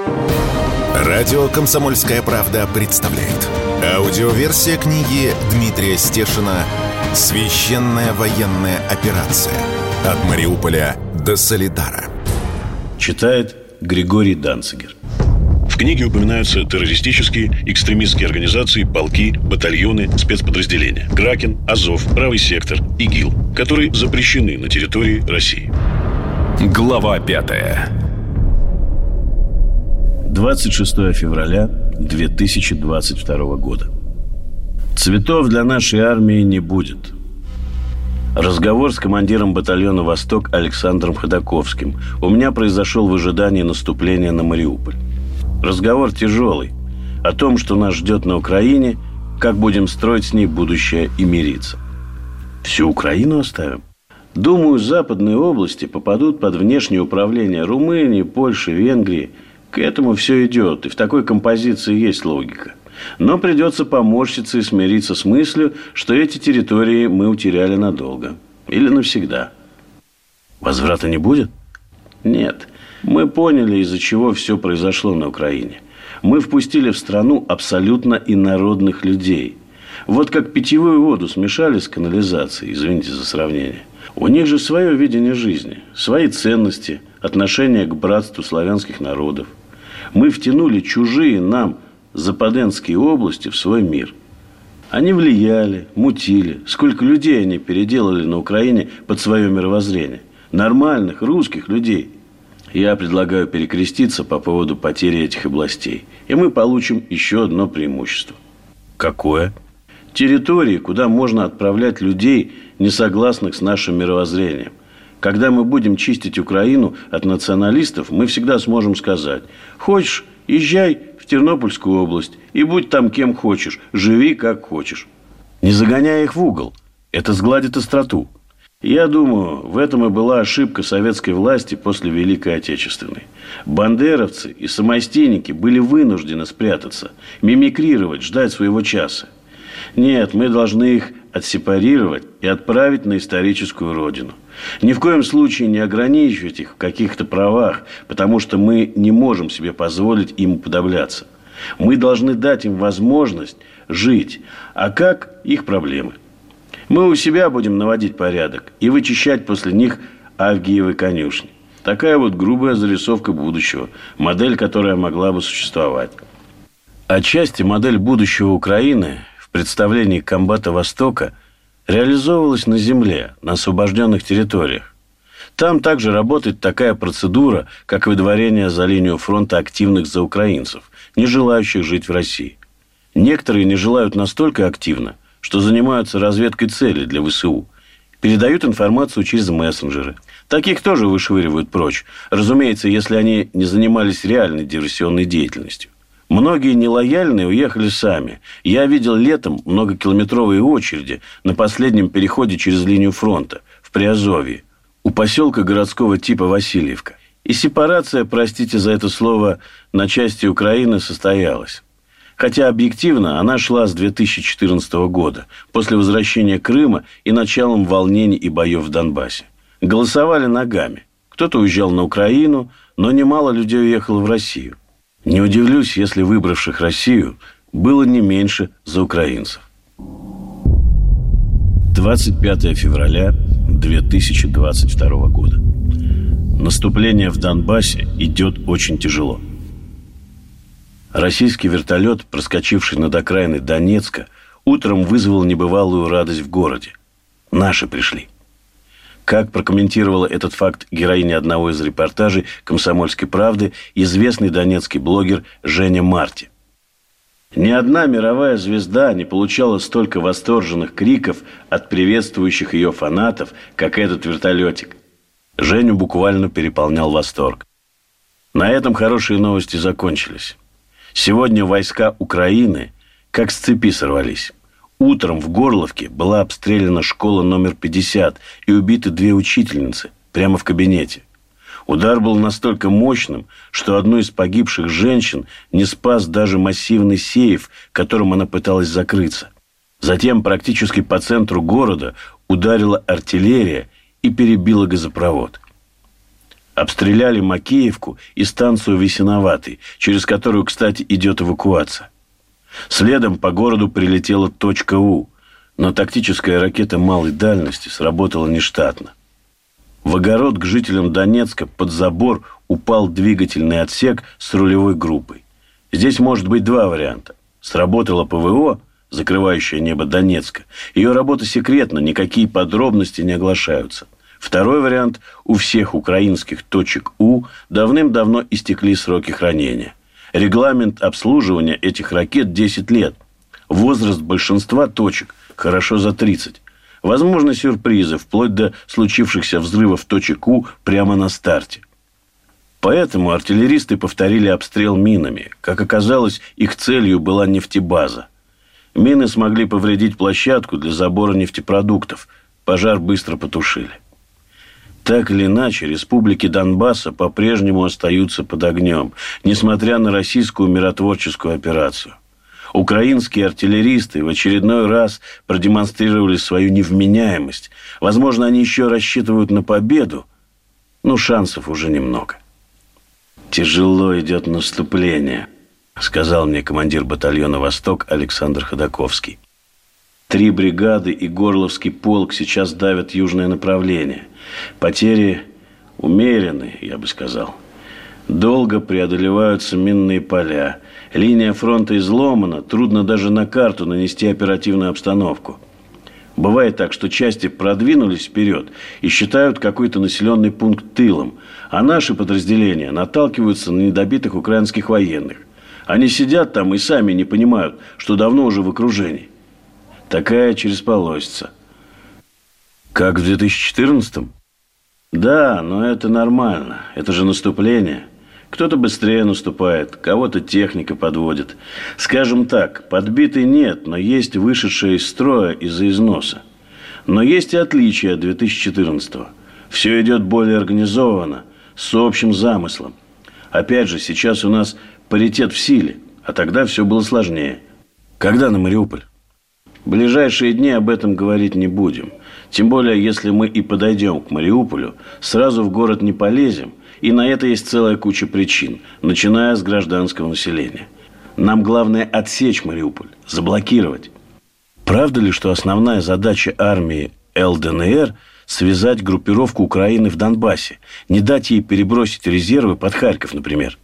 Радио «Комсомольская правда» представляет. Аудиоверсия книги Дмитрия Стешина «Священная военная операция. От Мариуполя до Солидара». Читает Григорий Данцигер. В книге упоминаются террористические, экстремистские организации, полки, батальоны, спецподразделения Кракен, Азов, Правый сектор, ИГИЛ, которые запрещены на территории России. Глава 5. 26 февраля 2022 года. Цветов для нашей армии не будет. Разговор с командиром батальона «Восток» Александром Ходаковским у меня произошел в ожидании наступления на Мариуполь. Разговор тяжелый. О том, что нас ждет на Украине, как будем строить с ней будущее и мириться. Всю Украину оставим? Думаю, западные области попадут под внешнее управление Румынии, Польши, Венгрии. К этому все идет, и в такой композиции есть логика. Но придется поморщиться и смириться с мыслью, что эти территории мы утеряли надолго. Или навсегда. Возврата не будет? Нет. Мы поняли, из-за чего все произошло на Украине. Мы впустили в страну абсолютно инородных людей. Вот как питьевую воду смешали с канализацией, извините за сравнение. У них же свое видение жизни, свои ценности, отношение к братству славянских народов. Мы втянули чужие нам западенские области в свой мир. Они влияли, мутили. Сколько людей они переделали на Украине под свое мировоззрение. Нормальных русских людей. Я предлагаю перекреститься по поводу потери этих областей. И мы получим еще одно преимущество. Какое? Территории, куда можно отправлять людей, не согласных с нашим мировоззрением. Когда мы будем чистить Украину от националистов, мы всегда сможем сказать: хочешь, езжай в Тернопольскую область и будь там кем хочешь, живи как хочешь. Не загоняя их в угол. Это сгладит остроту. Я думаю, в этом и была ошибка советской власти после Великой Отечественной. Бандеровцы и самостейники были вынуждены спрятаться, мимикрировать, ждать своего часа. Нет, мы должны их отсепарировать и отправить на историческую родину. Ни в коем случае не ограничивать их в каких-то правах, потому что мы не можем себе позволить им уподобляться. Мы должны дать им возможность жить. А как – их проблемы. Мы у себя будем наводить порядок и вычищать после них Авгиевы конюшни. Такая вот грубая зарисовка будущего, модель, которая могла бы существовать. Отчасти модель будущего Украины в представлении комбата Востока реализовывалась на земле, на освобожденных территориях. Там также работает такая процедура, как выдворение за линию фронта активных заукраинцев, не желающих жить в России. Некоторые не желают настолько активно, что занимаются разведкой целей для ВСУ. Передают информацию через мессенджеры. Таких тоже вышвыривают прочь. Разумеется, если они не занимались реальной диверсионной деятельностью. Многие нелояльные уехали сами. Я видел летом многокилометровые очереди на последнем переходе через линию фронта в Приазовье, у поселка городского типа Васильевка. И сепарация, простите за это слово, на части Украины состоялась. Хотя объективно она шла с 2014 года, после возвращения Крыма и началом волнений и боев в Донбассе. Голосовали ногами. Кто-то уезжал на Украину, но немало людей уехало в Россию. Не удивлюсь, если выбравших Россию было не меньше заукраинцев. 25 февраля 2022 года. Наступление в Донбассе идет очень тяжело. Российский вертолет, проскочивший над окраиной Донецка, утром вызвал небывалую радость в городе. Наши пришли. Как прокомментировала этот факт героиня одного из репортажей «Комсомольской правды» известный донецкий блогер Женя Марти. Ни одна мировая звезда не получала столько восторженных криков от приветствующих ее фанатов, как этот вертолетик. Женю буквально переполнял восторг. На этом хорошие новости закончились. Сегодня войска Украины как с цепи сорвались. Утром в Горловке была обстреляна школа номер 50 и убиты 2 учительницы прямо в кабинете. Удар был настолько мощным, что одну из погибших женщин не спас даже массивный сейф, которым она пыталась закрыться. Затем практически по центру города ударила артиллерия и перебила газопровод. Обстреляли Макеевку и станцию Весиноватый, через которую, кстати, идет эвакуация. Следом по городу прилетела точка У, но тактическая ракета малой дальности сработала нештатно. В огород к жителям Донецка под забор упал двигательный отсек с рулевой группой. Здесь может быть два варианта. Сработала ПВО, закрывающая небо Донецка. Ее работа секретна, никакие подробности не оглашаются. Второй вариант – у всех украинских точек У давным-давно истекли сроки хранения. Регламент обслуживания этих ракет 10 лет. Возраст большинства точек хорошо за 30. Возможны сюрпризы, вплоть до случившихся взрывов точек У прямо на старте. Поэтому артиллеристы повторили обстрел минами. Как оказалось, их целью была нефтебаза. Мины смогли повредить площадку для забора нефтепродуктов. Пожар быстро потушили. Так или иначе, республики Донбасса по-прежнему остаются под огнем, несмотря на российскую миротворческую операцию. Украинские артиллеристы в очередной раз продемонстрировали свою невменяемость. Возможно, они еще рассчитывают на победу, но шансов уже немного. «Тяжело идет наступление», — сказал мне командир батальона «Восток» Александр Ходаковский. 3 бригады и Горловский полк сейчас давят южное направление. Потери умеренные, я бы сказал. Долго преодолеваются минные поля. Линия фронта изломана, трудно даже на карту нанести оперативную обстановку. Бывает так, что части продвинулись вперед и считают какой-то населенный пункт тылом, а наши подразделения наталкиваются на недобитых украинских военных. Они сидят там и сами не понимают, что давно уже в окружении. Такая через полосица. Как в 2014-м? Да, но это нормально. Это же наступление. Кто-то быстрее наступает, кого-то техника подводит. Скажем так, подбитый нет, но есть вышедшая из строя из-за износа. Но есть и отличия от 2014-го. Все идет более организованно, с общим замыслом. Опять же, сейчас у нас паритет в силе, а тогда все было сложнее. Когда на Мариуполь? В ближайшие дни об этом говорить не будем. Тем более, если мы и подойдем к Мариуполю, сразу в город не полезем, и на это есть целая куча причин, начиная с гражданского населения. Нам главное отсечь Мариуполь, заблокировать. Правда ли, что основная задача армии ЛДНР – связать группировку Украины в Донбассе, не дать ей перебросить резервы под Харьков, например?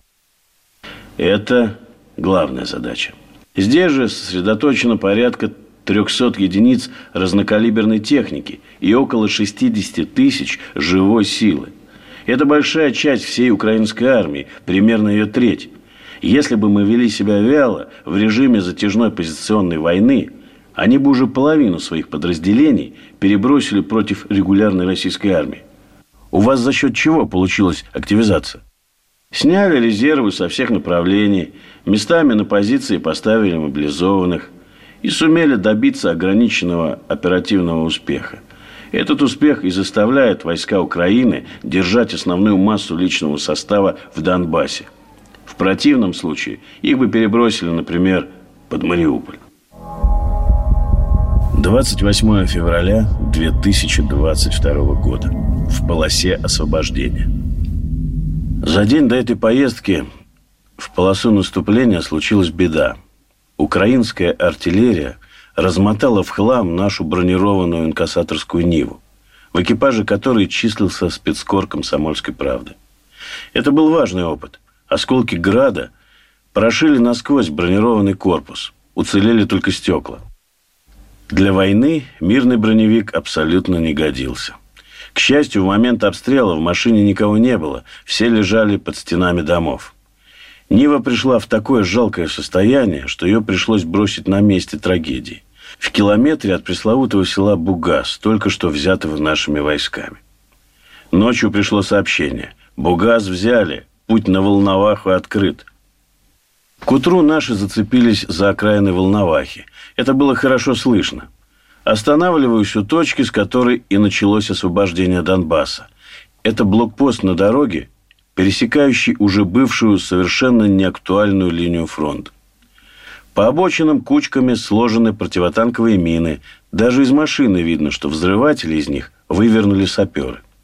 Это главная задача. Здесь же сосредоточено порядка 300 единиц разнокалиберной техники и около 60 тысяч живой силы. Это большая часть всей украинской армии, примерно ее треть. Если бы мы вели себя вяло, в режиме затяжной позиционной войны, они бы уже половину своих подразделений перебросили против регулярной российской армии. У вас за счет чего получилась активизация? Сняли резервы со всех направлений, местами на позиции поставили мобилизованных и сумели добиться ограниченного оперативного успеха. Этот успех и заставляет войска Украины держать основную массу личного состава в Донбассе. В противном случае их бы перебросили, например, под Мариуполь. 28 февраля 2022 года. В полосе освобождения. За день до этой поездки в полосу наступления случилась беда. Украинская артиллерия размотала в хлам нашу бронированную инкассаторскую «Ниву», в экипаже которой числился спецкор «Комсомольской правды». Это был важный опыт. Осколки «Града» прошили насквозь бронированный корпус. Уцелели только стекла. Для войны мирный броневик абсолютно не годился. К счастью, в момент обстрела в машине никого не было. Все лежали под стенами домов. «Нива» пришла в такое жалкое состояние, что ее пришлось бросить на месте трагедии. В километре от пресловутого села Бугас, только что взятого нашими войсками. Ночью пришло сообщение. Бугас взяли, путь на Волноваху открыт. К утру наши зацепились за окраины Волновахи. Это было хорошо слышно. Останавливаюсь у точки, с которой и началось освобождение Донбасса. Это блокпост на дороге, пересекающий уже бывшую совершенно неактуальную линию фронта. По обочинам кучками сложены противотанковые мины. Даже из машины видно, что взрыватели из них вывернули саперы.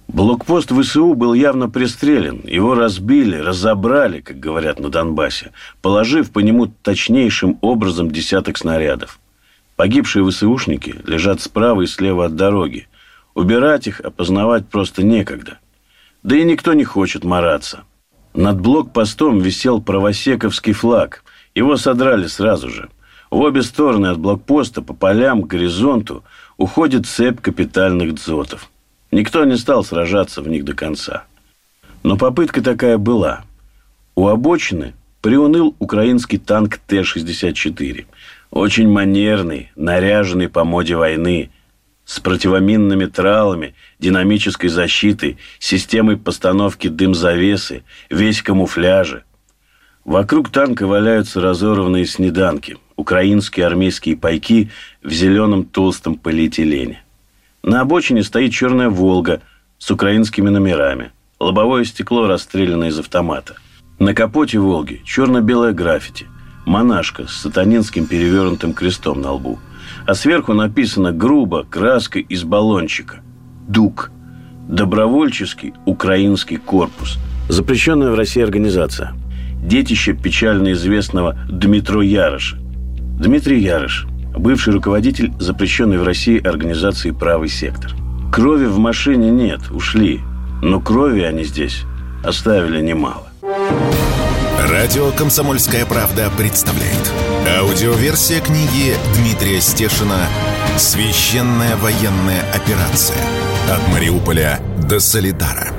Блокпост ВСУ был явно пристрелен. Его разбили, разобрали, как говорят на Донбассе, положив по нему точнейшим образом десяток снарядов. Погибшие ВСУшники лежат справа и слева от дороги. Убирать их, опознавать просто некогда. Да и никто не хочет мараться. Над блокпостом висел правосековский флаг. Его содрали сразу же. В обе стороны от блокпоста по полям к горизонту уходит цепь капитальных дзотов. Никто не стал сражаться в них до конца. Но попытка такая была. У обочины приуныл украинский танк Т-64. Очень манерный, наряженный по моде войны, с противоминными тралами, динамической защитой, системой постановки дым-завесы, весь в камуфляже. Вокруг танка валяются разорванные снеданки, украинские армейские пайки в зеленом толстом полиэтилене. На обочине стоит черная «Волга» с украинскими номерами. Лобовое стекло расстреляно из автомата. На капоте «Волги» черно-белое граффити. Монашка с сатанинским перевернутым крестом на лбу. А сверху написано грубо, краской из баллончика: «ДУК». Добровольческий украинский корпус. Запрещенная в России организация. Детище печально известного Дмитро Яроша. Дмитрий Ярош – бывший руководитель запрещенной в России организации «Правый сектор». Крови в машине нет, ушли. Но крови они здесь оставили немало. Радио «Комсомольская правда» представляет. Аудиоверсия книги Дмитрия Стешина «Священная военная операция. От Мариуполя до Солидара».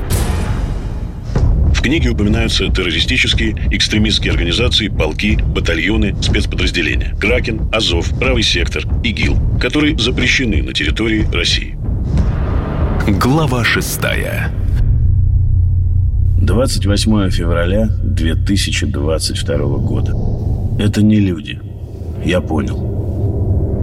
В книге упоминаются террористические, экстремистские организации, полки, батальоны, спецподразделения. Кракен, Азов, Правый сектор, ИГИЛ, которые запрещены на территории России. Глава 6. 28 февраля 2022 года. Это не люди. Я понял.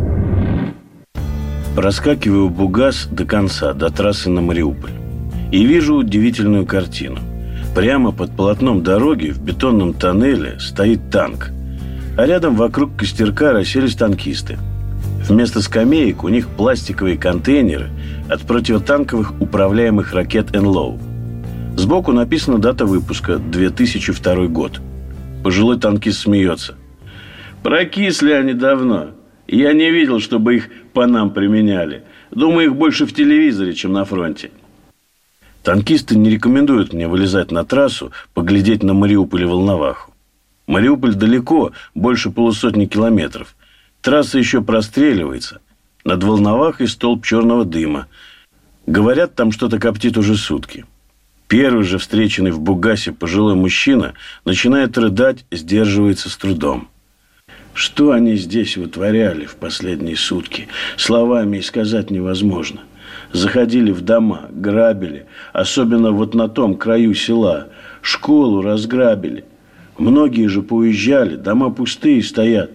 Проскакиваю Бугас до конца, до трассы на Мариуполь. И вижу удивительную картину. Прямо под полотном дороги в бетонном тоннеле стоит танк. А рядом вокруг костерка расселись танкисты. Вместо скамеек у них пластиковые контейнеры от противотанковых управляемых ракет «Энлоу». Сбоку написана дата выпуска – 2002 год. Пожилой танкист смеется. Прокисли они давно. Я не видел, чтобы их по нам применяли. Думаю, их больше в телевизоре, чем на фронте. Танкисты не рекомендуют мне вылезать на трассу, поглядеть на Мариуполь и Волноваху. Мариуполь далеко, больше 50 километров. Трасса еще простреливается. Над Волновахой столб черного дыма. Говорят, там что-то коптит уже сутки. Первый же встреченный в Бугасе пожилой мужчина начинает рыдать, сдерживается с трудом. Что они здесь вытворяли в последние сутки, словами и сказать невозможно. Заходили в дома, грабили, особенно вот на том краю села. Школу разграбили. Многие же поуезжали, дома пустые стоят.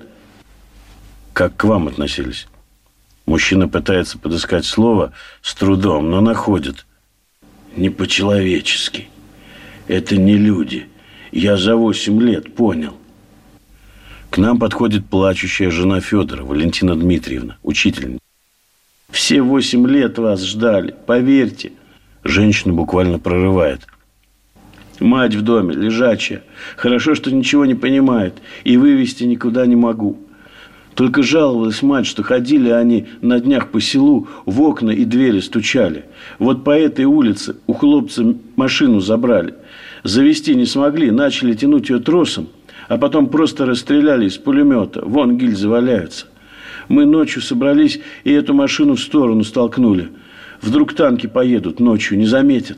Как к вам относились? Мужчина пытается подыскать слово с трудом, но находит. Не по-человечески. Это не люди. Я за 8 лет понял. К нам подходит плачущая жена Федора, Валентина Дмитриевна, учительница. Все 8 лет вас ждали, поверьте. Женщина буквально прорывает. Мать в доме, лежачая. Хорошо, что ничего не понимает. И вывести никуда не могу. Только жаловалась мать, что ходили они на днях по селу, в окна и двери стучали. Вот по этой улице у хлопца машину забрали. Завести не смогли, начали тянуть ее тросом, а потом просто расстреляли из пулемета. Вон гильзы валяются. Мы ночью собрались и эту машину в сторону столкнули. Вдруг танки поедут ночью, не заметят.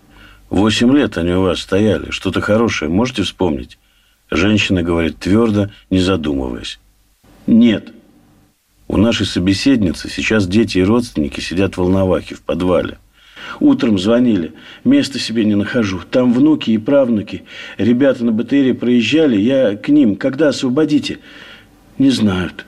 8 лет они у вас стояли. Что-то хорошее можете вспомнить? Женщина говорит твердо, не задумываясь. Нет. У нашей собеседницы сейчас дети и родственники сидят в Волновахе, в подвале. Утром звонили. Места себе не нахожу. Там внуки и правнуки. Ребята на БТРе проезжали. Я к ним. Когда освободите? Не знают.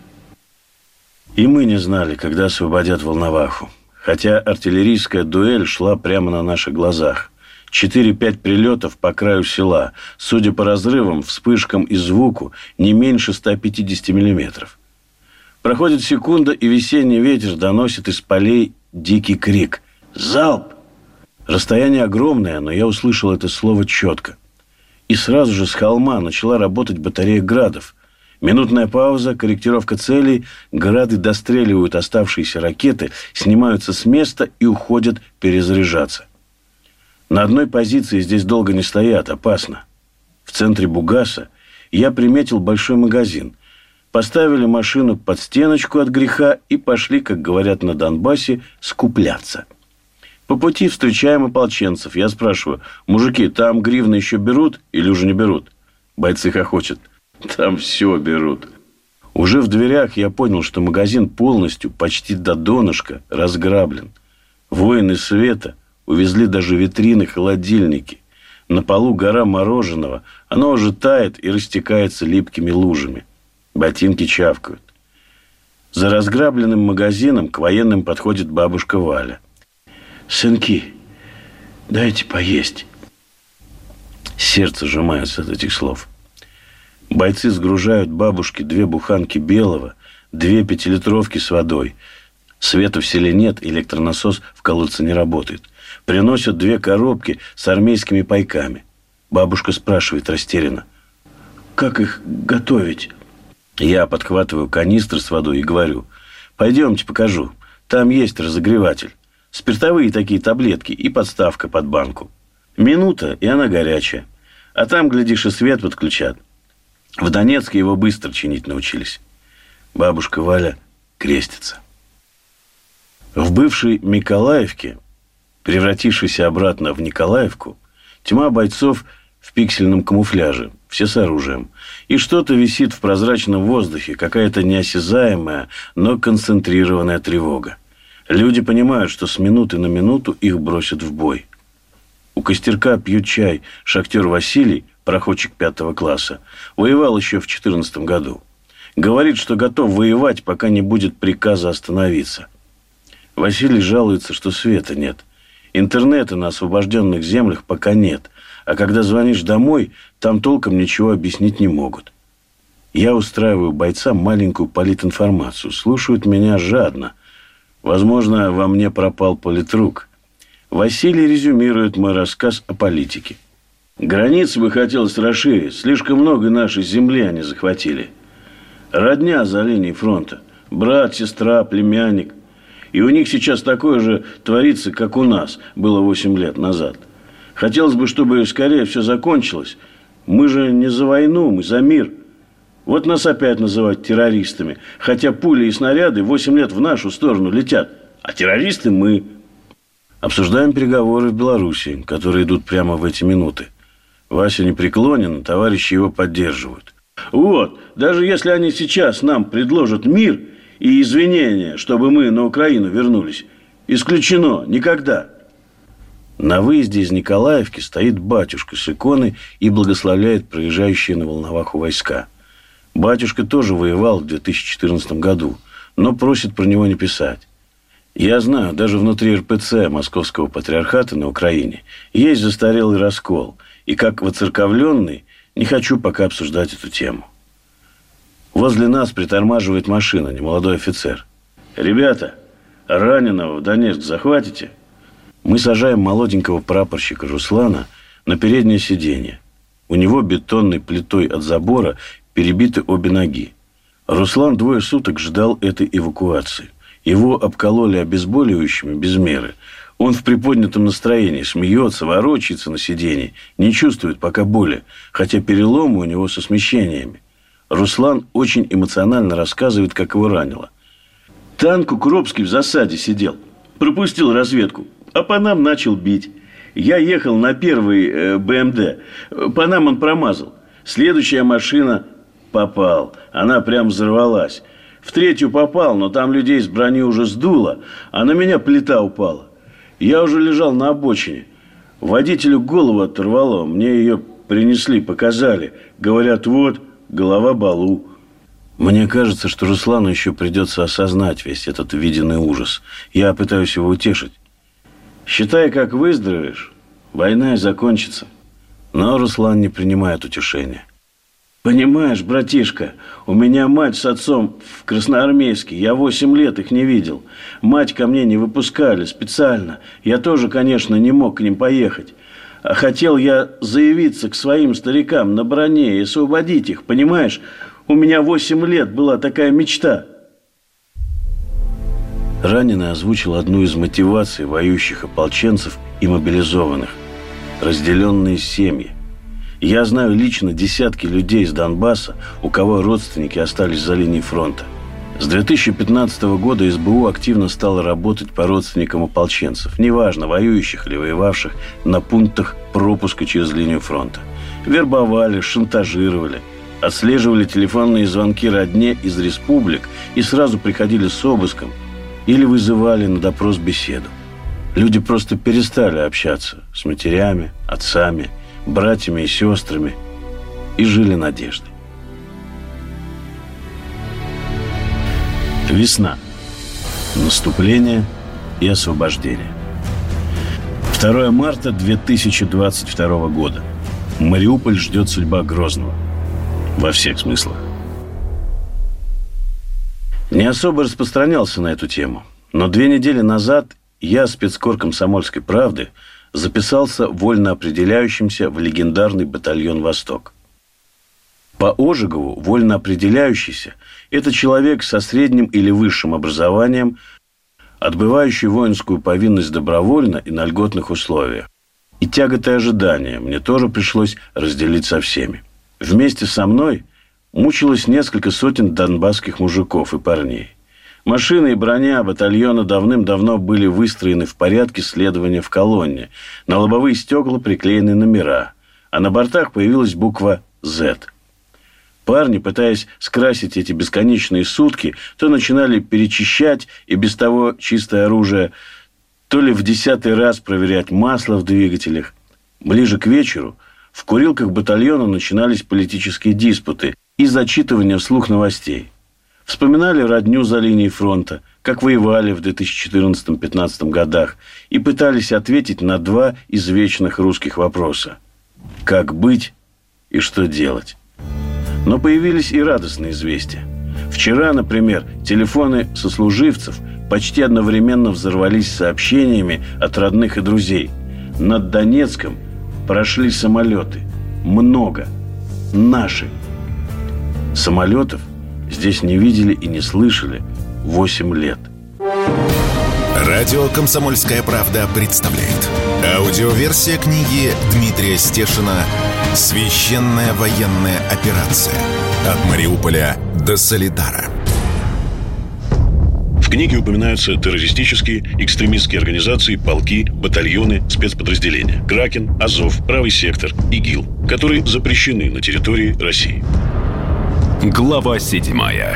И мы не знали, когда освободят Волноваху. Хотя артиллерийская дуэль шла прямо на наших глазах. 4-5 прилетов по краю села. Судя по разрывам, вспышкам и звуку, не меньше 150 миллиметров. Проходит секунда, и весенний ветер доносит из полей дикий крик. Залп! Расстояние огромное, но я услышал это слово четко. И сразу же с холма начала работать батарея «Градов». Минутная пауза, корректировка целей, «Грады» достреливают оставшиеся ракеты, снимаются с места и уходят перезаряжаться. На одной позиции здесь долго не стоят, опасно. В центре Бугаса я приметил большой магазин. Поставили машину под стеночку от греха и пошли, как говорят на Донбассе, скупляться. По пути встречаем ополченцев. Я спрашиваю: мужики, там гривны еще берут или уже не берут? Бойцы хохочут: там все берут. Уже в дверях я понял, что магазин полностью, почти до донышка, разграблен. Воины света увезли даже витрины, холодильники. На полу гора мороженого. Оно уже тает и растекается липкими лужами. Ботинки чавкают. За разграбленным магазином к военным подходит бабушка Валя. «Сынки, дайте поесть». Сердце сжимается от этих слов. Бойцы сгружают бабушке 2 буханки белого, 2 пятилитровки с водой. Света в селе нет, электронасос в колодце не работает. Приносят 2 коробки с армейскими пайками. Бабушка спрашивает растерянно: «Как их готовить?» Я подхватываю канистры с водой и говорю: «Пойдемте покажу. Там есть разогреватель. Спиртовые такие таблетки и подставка под банку. Минута, и она горячая. А там, глядишь, и свет подключат. В Донецке его быстро чинить научились». Бабушка Валя крестится. В бывшей Миколаевке, превратившейся обратно в Николаевку, тьма бойцов в пиксельном камуфляже, все с оружием. И что-то висит в прозрачном воздухе, какая-то неосязаемая, но концентрированная тревога. Люди понимают, что с минуты на минуту их бросят в бой. У костерка пьют чай шахтер Василий, проходчик 5 класса. Воевал еще в 2014 году. Говорит, что готов воевать, пока не будет приказа остановиться. Василий жалуется, что света нет. Интернета на освобожденных землях пока нет. А когда звонишь домой, там толком ничего объяснить не могут. Я устраиваю бойцам маленькую политинформацию. Слушают меня жадно. Возможно, во мне пропал политрук. Василий резюмирует мой рассказ о политике. Границы бы хотелось расширить. Слишком много нашей земли они захватили. Родня за линией фронта. Брат, сестра, племянник. И у них сейчас такое же творится, как у нас было 8 лет назад. Хотелось бы, чтобы скорее все закончилось. Мы же не за войну, мы за мир. Вот нас опять называют террористами. Хотя пули и снаряды 8 лет в нашу сторону летят. А террористы мы. Обсуждаем переговоры в Беларуси, которые идут прямо в эти минуты. Вася непреклонен, товарищи его поддерживают. Вот, даже если они сейчас нам предложат мир и извинения, чтобы мы на Украину вернулись, исключено, никогда. На выезде из Николаевки стоит батюшка с иконой и благословляет проезжающие на Волноваху войска. Батюшка тоже воевал в 2014 году, но просит про него не писать. Я знаю, даже внутри РПЦ Московского патриархата на Украине есть застарелый раскол. И как воцерковленный не хочу пока обсуждать эту тему. Возле нас притормаживает машина, немолодой офицер. «Ребята, раненого в Донецк захватите?» Мы сажаем молоденького прапорщика Руслана на переднее сиденье. У него бетонной плитой от забора перебиты обе ноги. Руслан 2 суток ждал этой эвакуации. Его обкололи обезболивающими без меры. Он в приподнятом настроении, смеется, ворочается на сиденье, не чувствует пока боли, хотя переломы у него со смещениями. Руслан очень эмоционально рассказывает, как его ранило. Танк Укропский в засаде сидел, пропустил разведку, а по нам начал бить. Я ехал на первый БМД, по нам он промазал. Следующая машина попал, она прям взорвалась. В 3-ю попал, но там людей с брони уже сдуло, а на меня плита упала. Я уже лежал на обочине. Водителю голову оторвало, мне ее принесли, показали. Говорят, вот, голова Балу. Мне кажется, что Руслану еще придется осознать весь этот виденный ужас. Я пытаюсь его утешить. Считай, как выздоровеешь, война и закончится. Но Руслан не принимает утешения. Понимаешь, братишка, у меня мать с отцом в Красноармейске. Я 8 лет их не видел. Мать ко мне не выпускали специально. Я тоже, конечно, не мог к ним поехать. А хотел я заявиться к своим старикам на броне и освободить их. Понимаешь, у меня 8 лет была такая мечта. Раненый озвучил одну из мотиваций воюющих ополченцев и мобилизованных – разделенные семьи. Я знаю лично десятки людей из Донбасса, у кого родственники остались за линией фронта. С 2015 года СБУ активно стало работать по родственникам ополченцев, неважно, воюющих или воевавших, на пунктах пропуска через линию фронта. Вербовали, шантажировали, отслеживали телефонные звонки родне из республик и сразу приходили с обыском или вызывали на допрос-беседу. Люди просто перестали общаться с матерями, отцами, братьями и сестрами и жили надеждой. Весна. Наступление и освобождение. 2 марта 2022 года. Мариуполь ждет судьба Грозного. Во всех смыслах. Не особо распространялся на эту тему, но 2 недели назад я, спецкор «Комсомольской правды», записался вольно определяющимся в легендарный батальон «Восток». По Ожегову вольно определяющийся – это человек со средним или высшим образованием, отбывающий воинскую повинность добровольно и на льготных условиях. И тяготы ожидания мне тоже пришлось разделить со всеми. Вместе со мной мучилось несколько сотен донбасских мужиков и парней. Машины и броня батальона давным-давно были выстроены в порядке следования в колонне. На лобовые стекла приклеены номера, а на бортах появилась буква «З». Парни, пытаясь скрасить эти бесконечные сутки, то начинали перечищать и без того чистое оружие, то ли в 10-й раз проверять масло в двигателях. Ближе к вечеру в курилках батальона начинались политические диспуты и зачитывание вслух новостей. Вспоминали родню за линией фронта, как воевали в 2014-15 годах, и пытались ответить на 2 извечных русских вопроса: как быть и что делать. Но появились и радостные известия. Вчера, например, телефоны сослуживцев почти одновременно взорвались сообщениями от родных и друзей. Над Донецком прошли самолеты. Много. Наши. Самолетов здесь не видели и не слышали 8 лет. Радио «Комсомольская правда» представляет. Аудиоверсия книги Дмитрия Стешина «Священная военная операция. От Мариуполя до Солидара». В книге упоминаются террористические, экстремистские организации, полки, батальоны, спецподразделения. Кракен, Азов, Правый сектор, ИГИЛ, которые запрещены на территории России. Глава 7.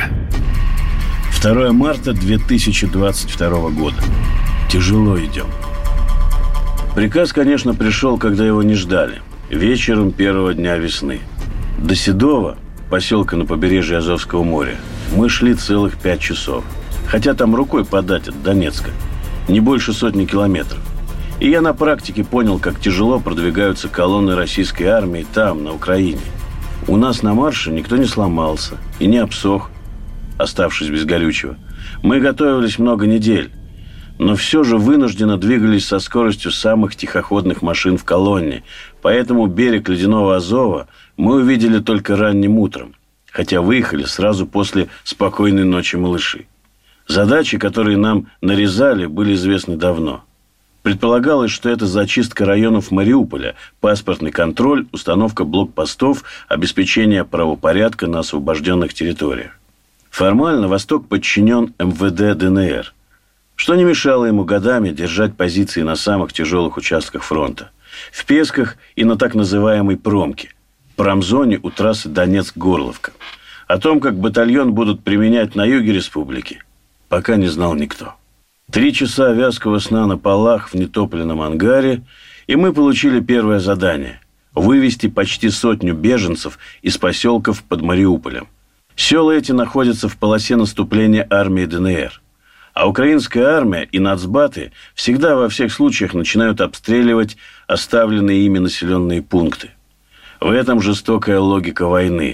2 марта 2022 года. Тяжело идем. Приказ, конечно, пришел, когда его не ждали. Вечером первого дня весны. До Седова, поселка на побережье Азовского моря, мы шли целых 5 часов. Хотя там рукой подать от Донецка. Не больше 100 километров. И я на практике понял, как тяжело продвигаются колонны российской армии там, на Украине. У нас на марше никто не сломался и не обсох, оставшись без горючего. Мы готовились много недель, но все же вынужденно двигались со скоростью самых тихоходных машин в колонне. Поэтому берег ледяного Азова мы увидели только ранним утром, хотя выехали сразу после спокойной ночи малыши. Задачи, которые нам нарезали, были известны давно. Предполагалось, что это зачистка районов Мариуполя, паспортный контроль, установка блокпостов, обеспечение правопорядка на освобожденных территориях. Формально Восток подчинен МВД ДНР, что не мешало ему годами держать позиции на самых тяжелых участках фронта. В Песках и на так называемой Промке, промзоне у трассы Донецк-Горловка. О том, как батальон будут применять на юге республики, пока не знал никто. 3 часа вязкого сна на полах в нетопленном ангаре, и мы получили первое задание – вывести почти 100 беженцев из поселков под Мариуполем. Села эти находятся в полосе наступления армии ДНР. А украинская армия и нацбаты всегда во всех случаях начинают обстреливать оставленные ими населенные пункты. В этом жестокая логика войны.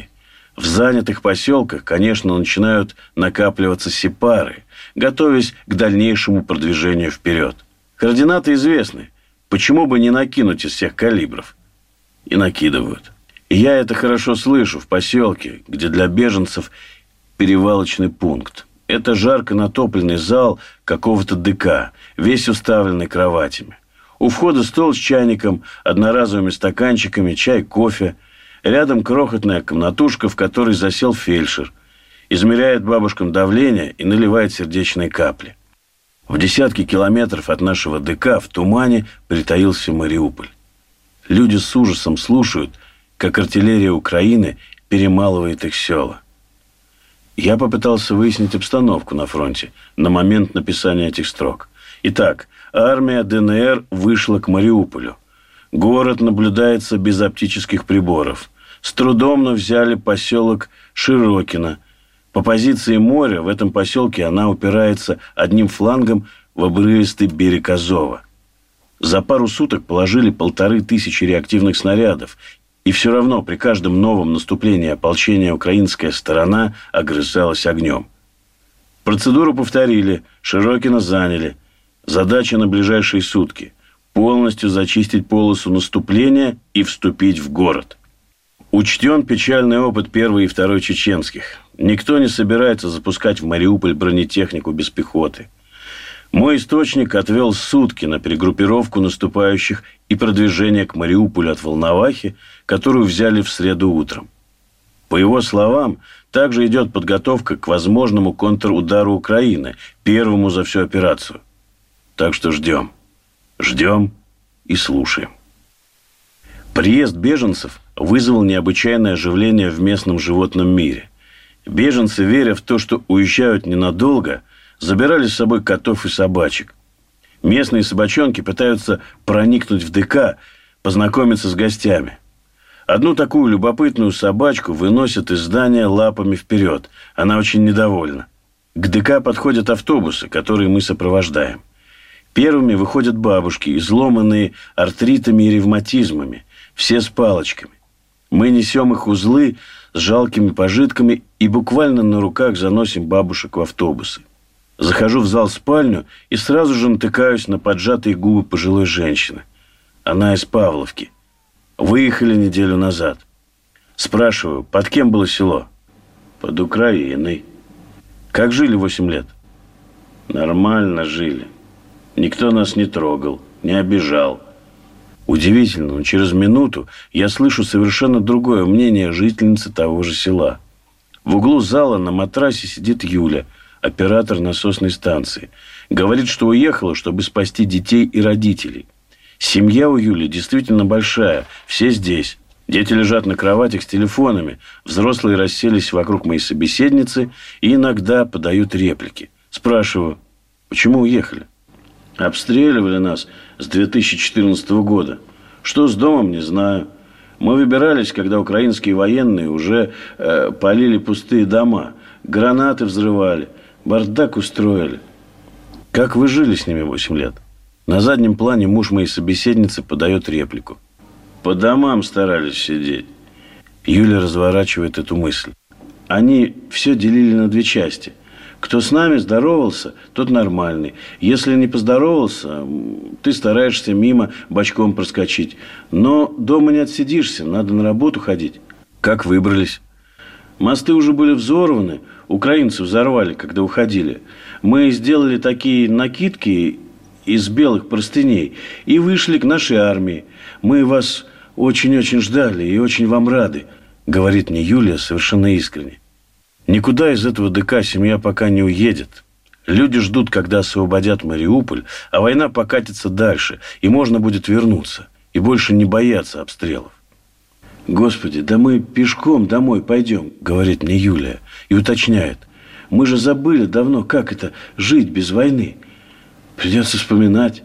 В занятых поселках, конечно, начинают накапливаться сепары, готовясь к дальнейшему продвижению вперед. Координаты известны. Почему бы не накинуть из всех калибров? И накидывают. И я это хорошо слышу в поселке, где для беженцев перевалочный пункт. Это жарко натопленный зал какого-то ДК, весь уставленный кроватями. У входа стол с чайником, одноразовыми стаканчиками, чай, кофе. Рядом крохотная комнатушка, в которой засел фельдшер. Измеряет бабушкам давление и наливает сердечные капли. В десятки километров от нашего ДК в тумане притаился Мариуполь. Люди с ужасом слушают, как артиллерия Украины перемалывает их села. Я попытался выяснить обстановку на фронте на момент написания этих строк. Итак, армия ДНР вышла к Мариуполю. Город наблюдается без оптических приборов. С трудом, но взяли поселок Широкино. По позиции моря в этом поселке она упирается одним флангом в обрывистый берег Азова. За пару суток положили 1500 реактивных снарядов. И все равно при каждом новом наступлении ополчения украинская сторона огрызалась огнем. Процедуру повторили, Широкино заняли. Задача на ближайшие сутки – полностью зачистить полосу наступления и вступить в город. Учтен печальный опыт первой и второй чеченских. Никто не собирается запускать в Мариуполь бронетехнику без пехоты. Мой источник отвел сутки на перегруппировку наступающих и продвижение к Мариуполю от Волновахи, которую взяли в среду утром. По его словам, также идет подготовка к возможному контрудару Украины, первому за всю операцию. Так что ждем. Ждем и слушаем. Приезд беженцев вызвал необычайное оживление в местном животном мире. Беженцы, веря в то, что уезжают ненадолго, забирали с собой котов и собачек. Местные собачонки пытаются проникнуть в ДК, познакомиться с гостями. Одну такую любопытную собачку выносят из здания лапами вперед. Она очень недовольна. К ДК подходят автобусы, которые мы сопровождаем. Первыми выходят бабушки, изломанные артритами и ревматизмами, все с палочками. Мы несем их узлы с жалкими пожитками и буквально на руках заносим бабушек в автобусы. Захожу в зал-спальню и сразу же натыкаюсь на поджатые губы пожилой женщины. Она из Павловки. Выехали неделю назад. Спрашиваю, под кем было село? Под Украиной. Как жили 8 лет? Нормально жили. Никто нас не трогал, не обижал. Удивительно, но через минуту я слышу совершенно другое мнение жительницы того же села. В углу зала на матрасе сидит Юля, оператор насосной станции. Говорит, что уехала, чтобы спасти детей и родителей. Семья у Юли действительно большая, все здесь. Дети лежат на кроватях с телефонами, взрослые расселись вокруг моей собеседницы и иногда подают реплики. Спрашиваю, почему уехали? Обстреливали нас с 2014 года. Что с домом, не знаю. Мы выбирались, когда украинские военные уже палили пустые дома. Гранаты взрывали. Бардак устроили. Как вы жили с ними 8 лет? На заднем плане муж моей собеседницы подает реплику. По домам старались сидеть. Юля разворачивает эту мысль. Они все делили на 2 части. Кто с нами здоровался, тот нормальный. Если не поздоровался, ты стараешься мимо бочком проскочить. Но дома не отсидишься, надо на работу ходить. Как выбрались? Мосты уже были взорваны, украинцы взорвали, когда уходили. Мы сделали такие накидки из белых простыней и вышли к нашей армии. Мы вас очень-очень ждали и очень вам рады, говорит мне Юлия совершенно искренне. Никуда из этого ДК семья пока не уедет. Люди ждут, когда освободят Мариуполь, а война покатится дальше, и можно будет вернуться, и больше не бояться обстрелов. «Господи, да мы пешком домой пойдем», — говорит мне Юлия, и уточняет. «Мы же забыли давно, как это жить без войны. Придется вспоминать».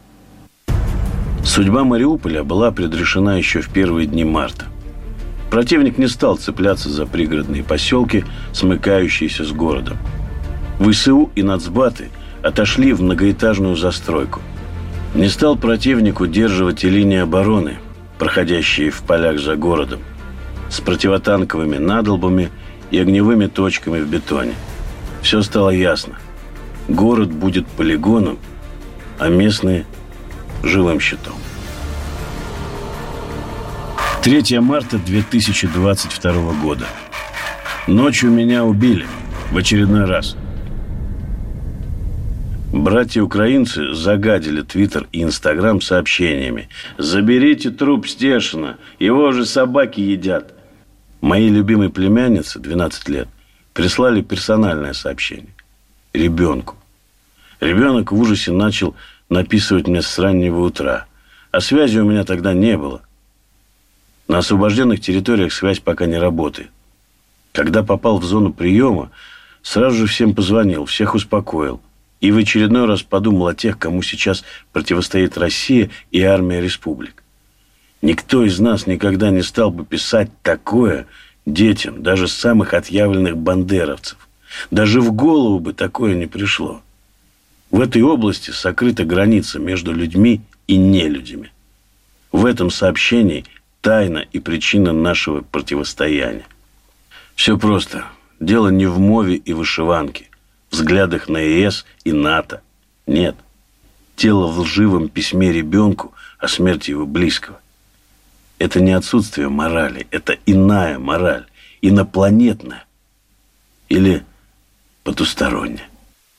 Судьба Мариуполя была предрешена еще в первые дни марта. Противник не стал цепляться за пригородные поселки, смыкающиеся с городом. ВСУ и нацбаты отошли в многоэтажную застройку. Не стал противник удерживать и линии обороны, проходящие в полях за городом. с противотанковыми надолбами и огневыми точками в бетоне. Все стало ясно. Город будет полигоном, а местные – живым щитом. 3 марта 2022 года. Ночью меня убили в очередной раз. Братья-украинцы загадили Твиттер и Инстаграм сообщениями: «Заберите труп Стешина, его же собаки едят». Моей любимой племяннице, 12 лет, прислали персональное сообщение. Ребенку. Ребенок в ужасе начал написывать мне с раннего утра. А связи у меня тогда не было. На освобожденных территориях связь пока не работает. Когда попал в зону приема, сразу же всем позвонил, всех успокоил. И в очередной раз подумал о тех, кому сейчас противостоит Россия и армия республик. Никто из нас никогда не стал бы писать такое детям, даже самых отъявленных бандеровцев. Даже в голову бы такое не пришло. В этой области сокрыта граница между людьми и нелюдями. В этом сообщении тайна и причина нашего противостояния. Все просто. Дело не в мове и вышиванке, взглядах на ЕС и НАТО. Нет. Дело в лживом письме ребенку о смерти его близкого. Это не отсутствие морали, это иная мораль, инопланетная или потусторонняя.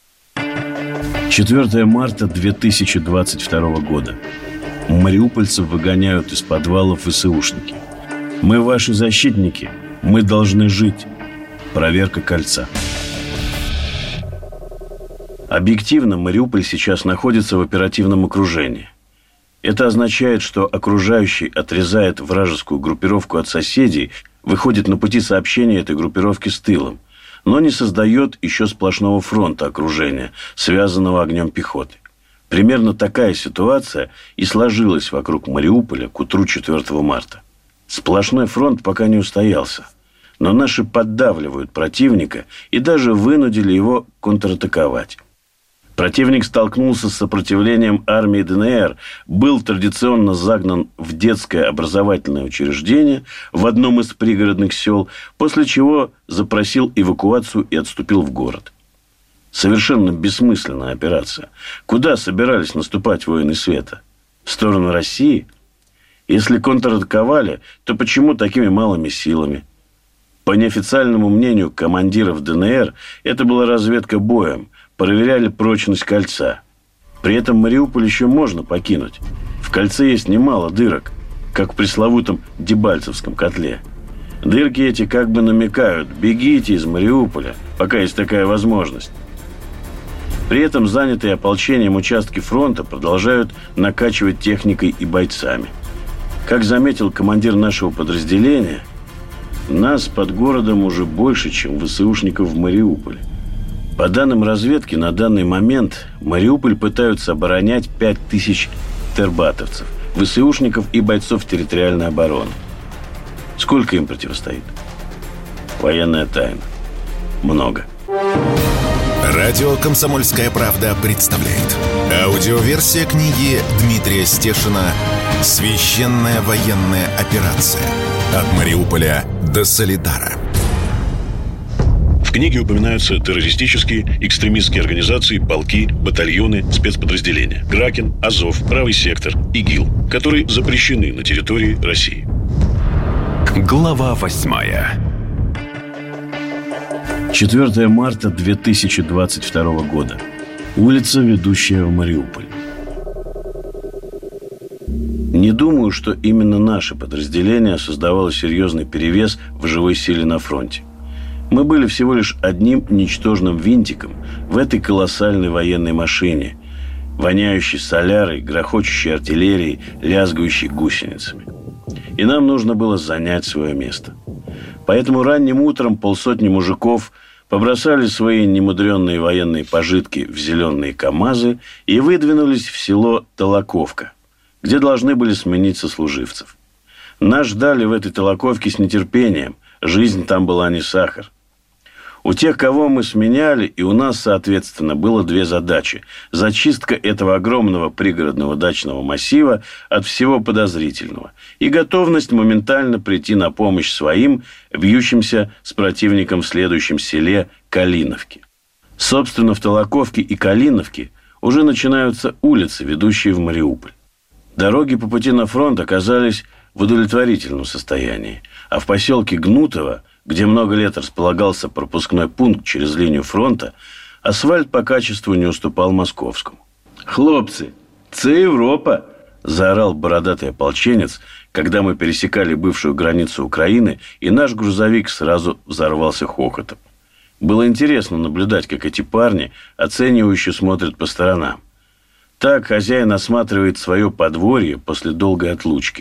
4 марта 2022 года. Мариупольцев выгоняют из подвалов ВСУшники. Мы ваши защитники, мы должны жить. Проверка кольца. Объективно, Мариуполь сейчас находится в оперативном окружении. Это означает, что окружающий отрезает вражескую группировку от соседей, выходит на пути сообщения этой группировки с тылом, но не создает еще сплошного фронта окружения, связанного огнем пехоты. Примерно такая ситуация и сложилась вокруг Мариуполя к утру 4 марта. Сплошной фронт пока не устоялся, но наши поддавливают противника и даже вынудили его контратаковать. Противник столкнулся с сопротивлением армии ДНР, был традиционно загнан в детское образовательное учреждение в одном из пригородных сел, после чего запросил эвакуацию и отступил в город. Совершенно бессмысленная операция. Куда собирались наступать воины света? В сторону России? Если контратаковали, то почему такими малыми силами? По неофициальному мнению командиров ДНР, это была разведка боем. Проверяли прочность кольца. При этом Мариуполь еще можно покинуть. В кольце есть немало дырок, как в пресловутом Дебальцевском котле. Дырки эти как бы намекают: бегите из Мариуполя, пока есть такая возможность. При этом занятые ополчением участки фронта продолжают накачивать техникой и бойцами. Как заметил командир нашего подразделения, нас под городом уже больше, чем ВСУшников в Мариуполе. По данным разведки, на данный момент Мариуполь пытаются оборонять 5000 тербатовцев, ВСУшников и бойцов территориальной обороны. Сколько им противостоит? Военная тайна. Много. Радио «Комсомольская правда» представляет. Аудиоверсия книги Дмитрия Стешина «Священная военная операция. От Мариуполя до Солидара». В книге упоминаются террористические, экстремистские организации, полки, батальоны, спецподразделения. Кракен, Азов, Правый сектор, ИГИЛ, которые запрещены на территории России. Глава 8. 4 марта 2022 года. Улица, ведущая в Мариуполь. Не думаю, что именно наше подразделение создавало серьезный перевес в живой силе на фронте. Мы были всего лишь одним ничтожным винтиком в этой колоссальной военной машине, воняющей солярой, грохочущей артиллерией, лязгающей гусеницами. И нам нужно было занять свое место. Поэтому ранним утром 50 мужиков побросали свои немудренные военные пожитки в зеленые КАМАЗы и выдвинулись в село Толоковка, где должны были сменить сослуживцев. Нас ждали в этой Толоковке с нетерпением. Жизнь там была не сахар. У тех, кого мы сменяли, и у нас, соответственно, было две задачи. Зачистка этого огромного пригородного дачного массива от всего подозрительного и готовность моментально прийти на помощь своим, бьющимся с противником в следующем селе Калиновке. Собственно, в Толоковке и Калиновке уже начинаются улицы, ведущие в Мариуполь. Дороги по пути на фронт оказались в удовлетворительном состоянии, а в поселке Гнутово, где много лет располагался пропускной пункт через линию фронта, асфальт по качеству не уступал московскому. «Хлопцы, це Европа!» – заорал бородатый ополченец, когда мы пересекали бывшую границу Украины, и наш грузовик сразу взорвался хохотом. Было интересно наблюдать, как эти парни оценивающе смотрят по сторонам. Так хозяин осматривает свое подворье после долгой отлучки.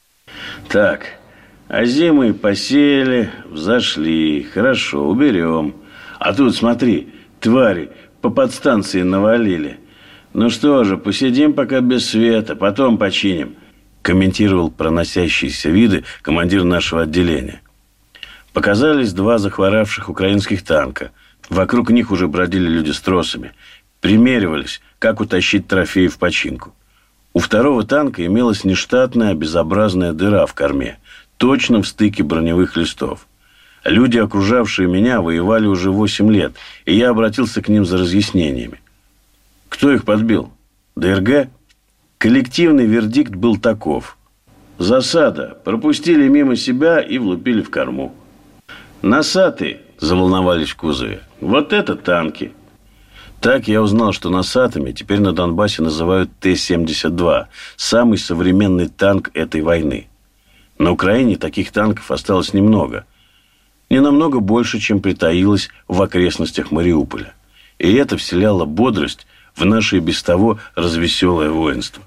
«Так, озимы посеяли, взошли, хорошо, уберем. А тут, смотри, твари по подстанции навалили. Ну что же, посидим пока без света, потом починим», комментировал проносящиеся виды командир нашего отделения. Показались два захворавших украинских танка. Вокруг них уже бродили люди с тросами. Примеривались, как утащить трофеи в починку. У второго танка имелась нештатная безобразная дыра в корме, точно в стыке броневых листов. Люди, окружавшие меня, воевали уже 8 лет, и я обратился к ним за разъяснениями. Кто их подбил? ДРГ? Коллективный вердикт был таков. Засада. Пропустили мимо себя и влупили в корму. «Носатые!» – заволновались в кузове. «Вот это танки!» Так я узнал, что носатыми теперь на Донбассе называют Т-72, самый современный танк этой войны. На Украине таких танков осталось немного. Не намного больше, чем притаилось в окрестностях Мариуполя. И это вселяло бодрость в наше и без того развеселое воинство.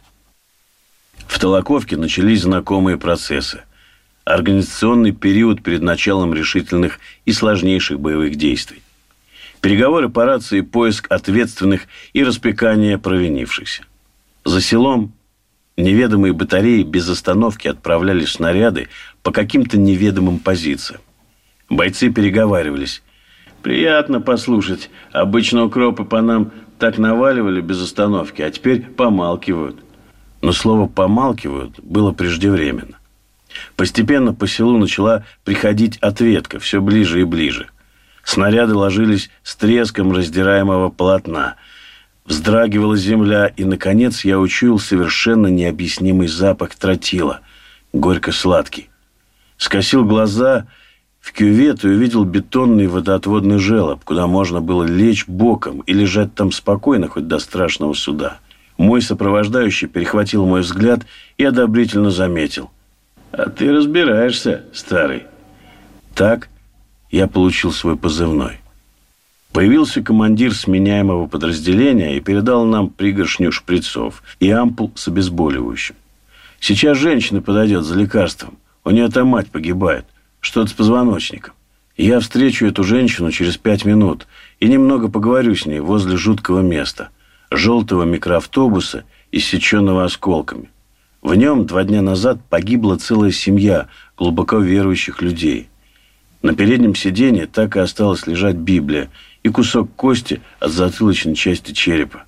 В Толоковке начались знакомые процессы. Организационный период перед началом решительных и сложнейших боевых действий. Переговоры по рации, поиск ответственных и распекание провинившихся. За селом неведомые батареи без остановки отправляли снаряды по каким-то неведомым позициям. Бойцы переговаривались. «Приятно послушать. Обычно укропы по нам так наваливали без остановки, а теперь помалкивают». Но слово «помалкивают» было преждевременно. Постепенно по селу начала приходить ответка все ближе и ближе. Снаряды ложились с треском раздираемого полотна. Вздрагивала земля, и, наконец, я учуял совершенно необъяснимый запах тротила, горько-сладкий. Скосил глаза в кювет и увидел бетонный водоотводный желоб, куда можно было лечь боком и лежать там спокойно, хоть до страшного суда. Мой сопровождающий перехватил мой взгляд и одобрительно заметил. «А ты разбираешься, старый». Так я получил свой позывной. Появился командир сменяемого подразделения и передал нам пригоршню шприцов и ампул с обезболивающим. «Сейчас женщина подойдет за лекарством. У нее там мать погибает. Что-то с позвоночником. Я встречу эту женщину через 5 минут и немного поговорю с ней возле жуткого места. Желтого микроавтобуса, иссеченного осколками. В нем 2 дня назад погибла целая семья глубоко верующих людей. На переднем сиденье так и осталась лежать Библия и кусок кости от затылочной части черепа.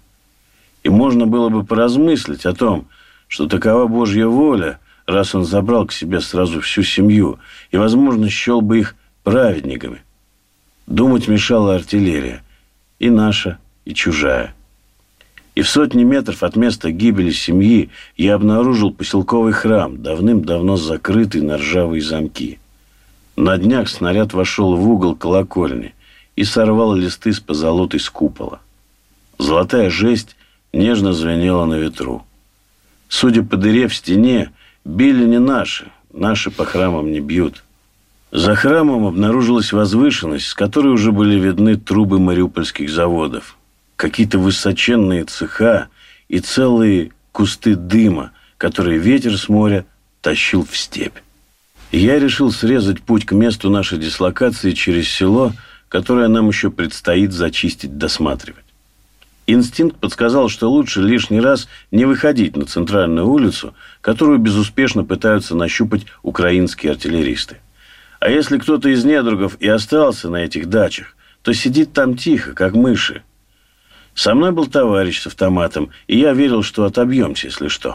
И можно было бы поразмыслить о том, что такова Божья воля, раз он забрал к себе сразу всю семью и, возможно, счел бы их праведниками. Думать мешала артиллерия, и наша, и чужая. И в 100 метров от места гибели семьи я обнаружил поселковый храм, давным-давно закрытый на ржавые замки. На днях снаряд вошел в угол колокольни и сорвал листы с позолотой с купола. Золотая жесть нежно звенела на ветру. Судя по дыре в стене, били не наши по храмам не бьют. За храмом обнаружилась возвышенность, с которой уже были видны трубы мариупольских заводов. Какие-то высоченные цеха и целые кусты дыма, которые ветер с моря тащил в степь. Я решил срезать путь к месту нашей дислокации через село, которое нам еще предстоит зачистить, досматривать. Инстинкт подсказал, что лучше лишний раз не выходить на центральную улицу, которую безуспешно пытаются нащупать украинские артиллеристы. А если кто-то из недругов и остался на этих дачах, то сидит там тихо, как мыши. Со мной был товарищ с автоматом, и я верил, что отобьемся, если что.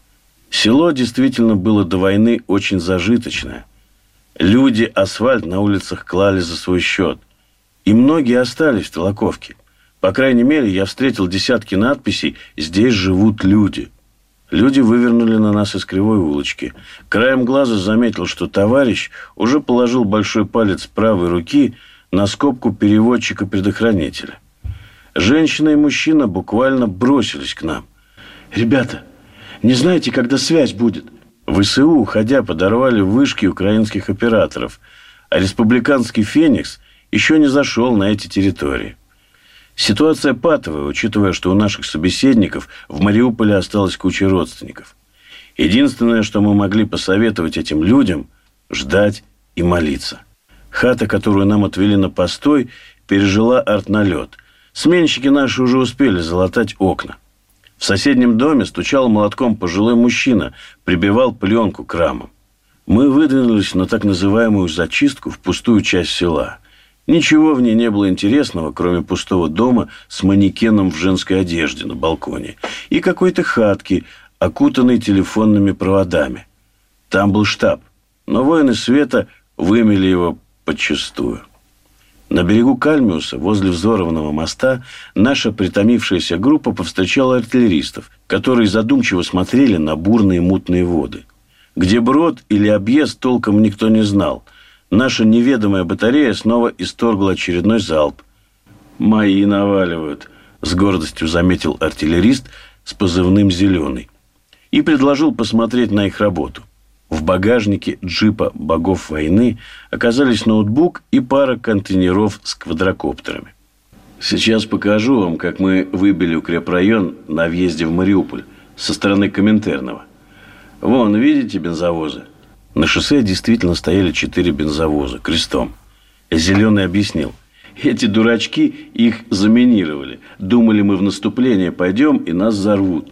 Село действительно было до войны очень зажиточное. Люди асфальт на улицах клали за свой счет. И многие остались в Толоковке. По крайней мере, я встретил десятки надписей «Здесь живут люди». Люди вывернули на нас из кривой улочки. Краем глаза заметил, что товарищ уже положил большой палец правой руки на скобку переводчика-предохранителя. Женщина и мужчина буквально бросились к нам. «Ребята, не знаете, когда связь будет?» ВСУ, уходя, подорвали вышки украинских операторов, а республиканский «Феникс» еще не зашел на эти территории. Ситуация патовая, учитывая, что у наших собеседников в Мариуполе осталась куча родственников. Единственное, что мы могли посоветовать этим людям – ждать и молиться. Хата, которую нам отвели на постой, пережила артналет. Сменщики наши уже успели залатать окна. В соседнем доме стучал молотком пожилой мужчина, прибивал пленку к рамам. Мы выдвинулись на так называемую зачистку в пустую часть села. Ничего в ней не было интересного, кроме пустого дома с манекеном в женской одежде на балконе и какой-то хатки, окутанной телефонными проводами. Там был штаб, но воины света вымели его подчистую. На берегу Кальмиуса, возле взорванного моста, наша притомившаяся группа повстречала артиллеристов, которые задумчиво смотрели на бурные мутные воды. Где брод или объезд, толком никто не знал. Наша неведомая батарея снова исторгла очередной залп. «Мои наваливают», — с гордостью заметил артиллерист с позывным «Зеленый» и предложил посмотреть на их работу. В багажнике джипа богов войны оказались ноутбук и пара контейнеров с квадрокоптерами. Сейчас покажу вам, как мы выбили укрепрайон на въезде в Мариуполь со стороны Коминтерного. Вон, видите бензовозы? На шоссе действительно стояли 4 бензовоза крестом. Зеленый объяснил. Эти дурачки их заминировали. Думали, мы в наступление пойдем и нас взорвут.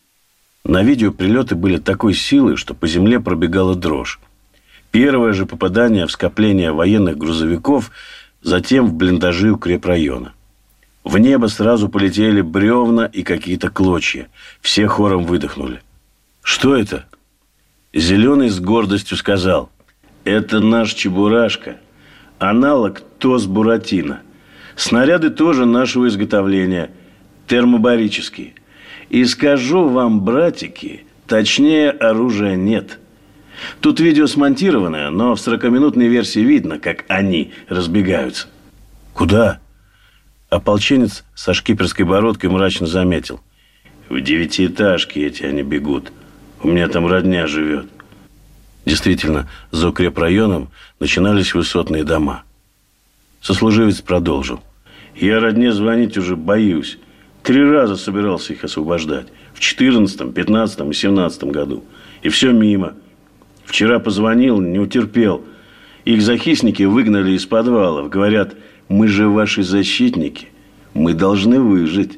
На видео прилеты были такой силы, что по земле пробегала дрожь. Первое же попадание в скопление военных грузовиков, затем в блиндажи укрепрайона. В небо сразу полетели бревна и какие-то клочья. Все хором выдохнули. «Что это?» Зеленый с гордостью сказал. «Это наш Чебурашка. Аналог ТОС Буратино. Снаряды тоже нашего изготовления. Термобарические. И скажу вам, братики, точнее оружия нет. Тут видео смонтированное, но в 40-минутной версии видно, как они разбегаются». «Куда?» Ополченец со шкиперской бородкой мрачно заметил. «В 9-этажки эти они бегут. У меня там родня живет». Действительно, за укрепрайоном начинались высотные дома. Сослуживец продолжил. «Я родне звонить уже боюсь. 3 раза собирался их освобождать. В 14-м, 15-м и 17-м году. И все мимо. Вчера позвонил, не утерпел. Их захисники выгнали из подвалов. Говорят, мы же ваши защитники. Мы должны выжить».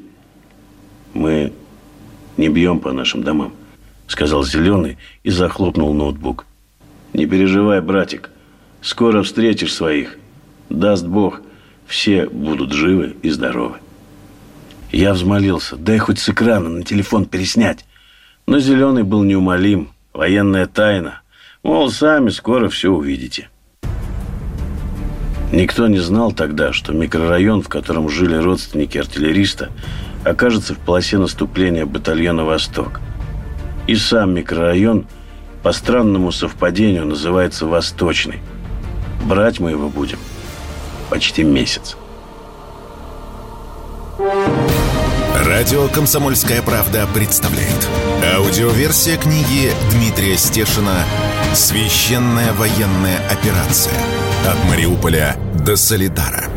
«Мы не бьем по нашим домам», — сказал Зеленый и захлопнул ноутбук. «Не переживай, братик. Скоро встретишь своих. Даст Бог, все будут живы и здоровы». Я взмолился. Дай хоть с экрана на телефон переснять. Но Зеленый был неумолим. Военная тайна. Мол, сами скоро все увидите. Никто не знал тогда, что микрорайон, в котором жили родственники артиллериста, окажется в полосе наступления батальона «Восток». И сам микрорайон по странному совпадению называется «Восточный». Брать мы его будем почти месяц. Радио «Комсомольская правда» представляет. Аудиоверсия книги Дмитрия Стешина «Священная военная операция. От Мариуполя до Солидара».